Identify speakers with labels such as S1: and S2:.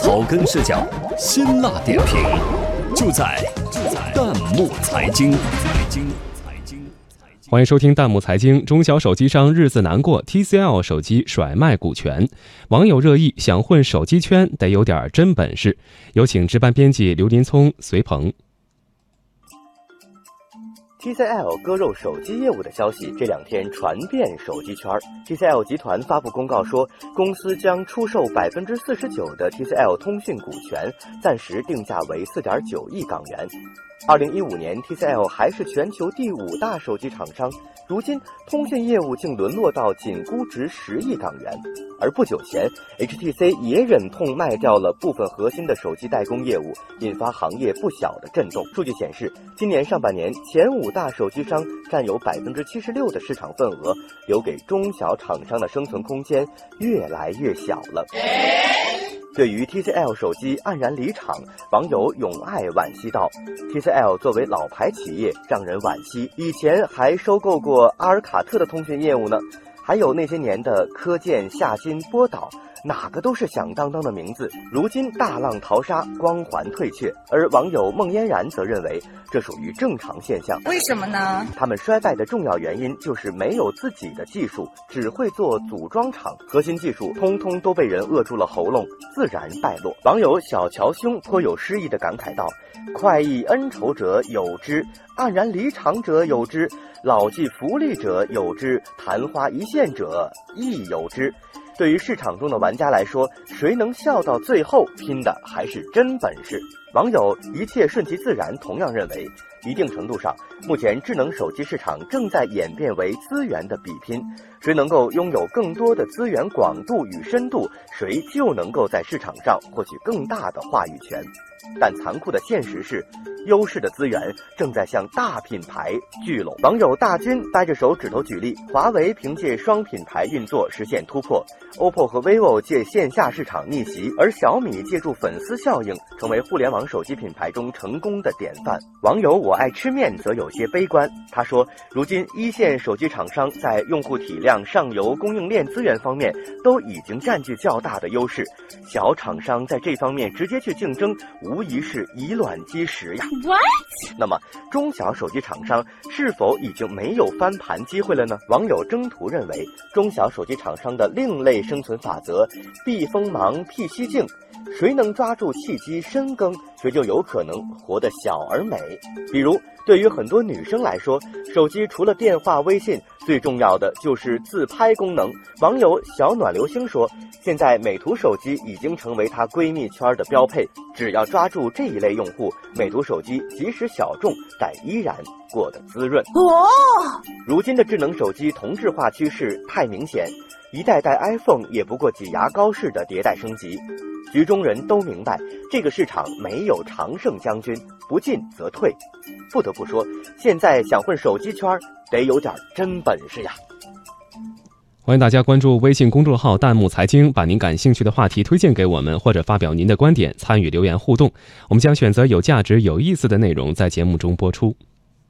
S1: 草根视角，辛辣点评，就在弹幕财经。
S2: 欢迎收听弹幕财经。中小手机商日子难过 ，TCL 手机甩卖股权，网友热议想混手机圈得有点真本事。有请值班编辑刘林聪、隋鹏。
S3: TCL 割肉手机业务的消息这两天传遍手机圈。TCL 集团发布公告说，公司将出售49%的 TCL 通讯股权，暂时定价为4.9亿港元。2015年 TCL 还是全球第5大手机厂商，如今通讯业务竟沦落到仅估值10亿港元。而不久前 HTC 也忍痛卖掉了部分核心的手机代工业务，引发行业不小的震动。数据显示，今年上半年前5大手机商占有76%的市场份额，留给中小厂商的生存空间越来越小了。对于 TCL 手机黯然离场，网友永爱惋惜道 ：“TCL 作为老牌企业，让人惋惜。以前还收购过阿尔卡特的通讯业务呢，还有那些年的科健、夏新、波导。”哪个都是响当当的名字，如今大浪淘沙，光环退却。而网友孟嫣然则认为，这属于正常现象。
S4: 为什么呢？
S3: 他们衰败的重要原因就是没有自己的技术，只会做组装厂，核心技术通通都被人扼住了喉咙，自然败落。网友小乔兄颇有诗意地感慨道：“快意恩仇者有之，黯然离场者有之，老骥伏枥者有之，昙花一现者亦有之。”对于市场中的玩家来说，谁能笑到最后，拼的还是真本事。网友一切顺其自然同样认为，一定程度上，目前智能手机市场正在演变为资源的比拼，谁能够拥有更多的资源广度与深度，谁就能够在市场上获取更大的话语权。但残酷的现实是，优势的资源正在向大品牌聚拢。网友大军掰着手指头举例，华为凭借双品牌运作实现突破， OPPO 和 vivo 借线下市场逆袭，而小米借助粉丝效应，成为互联网手机品牌中成功的典范。网友我爱吃面则有些悲观，他说，如今一线手机厂商在用户体量、上游供应链资源方面都已经占据较大的优势，小厂商在这方面直接去竞争，无疑是以卵击石呀。那么中小手机厂商是否已经没有翻盘机会了呢？网友征途认为，中小手机厂商的另类生存法则，避锋芒辟蹊径，谁能抓住契机深耕，谁就有可能活得小而美。比如对于很多女生来说，手机除了电话、微信，最重要的就是自拍功能。网友小暖流星说，现在美图手机已经成为她闺蜜圈的标配，只要抓住这一类用户，美图手机即使小众，但依然过得滋润。如今的智能手机同质化趋势太明显，一代代 iPhone 也不过挤牙膏式的迭代升级。局中人都明白，这个市场没有常胜将军，不进则退。不得不说，现在想混手机圈得有点真本事呀。
S2: 欢迎大家关注微信公众号弹幕财经，把您感兴趣的话题推荐给我们，或者发表您的观点，参与留言互动，我们将选择有价值有意思的内容在节目中播出。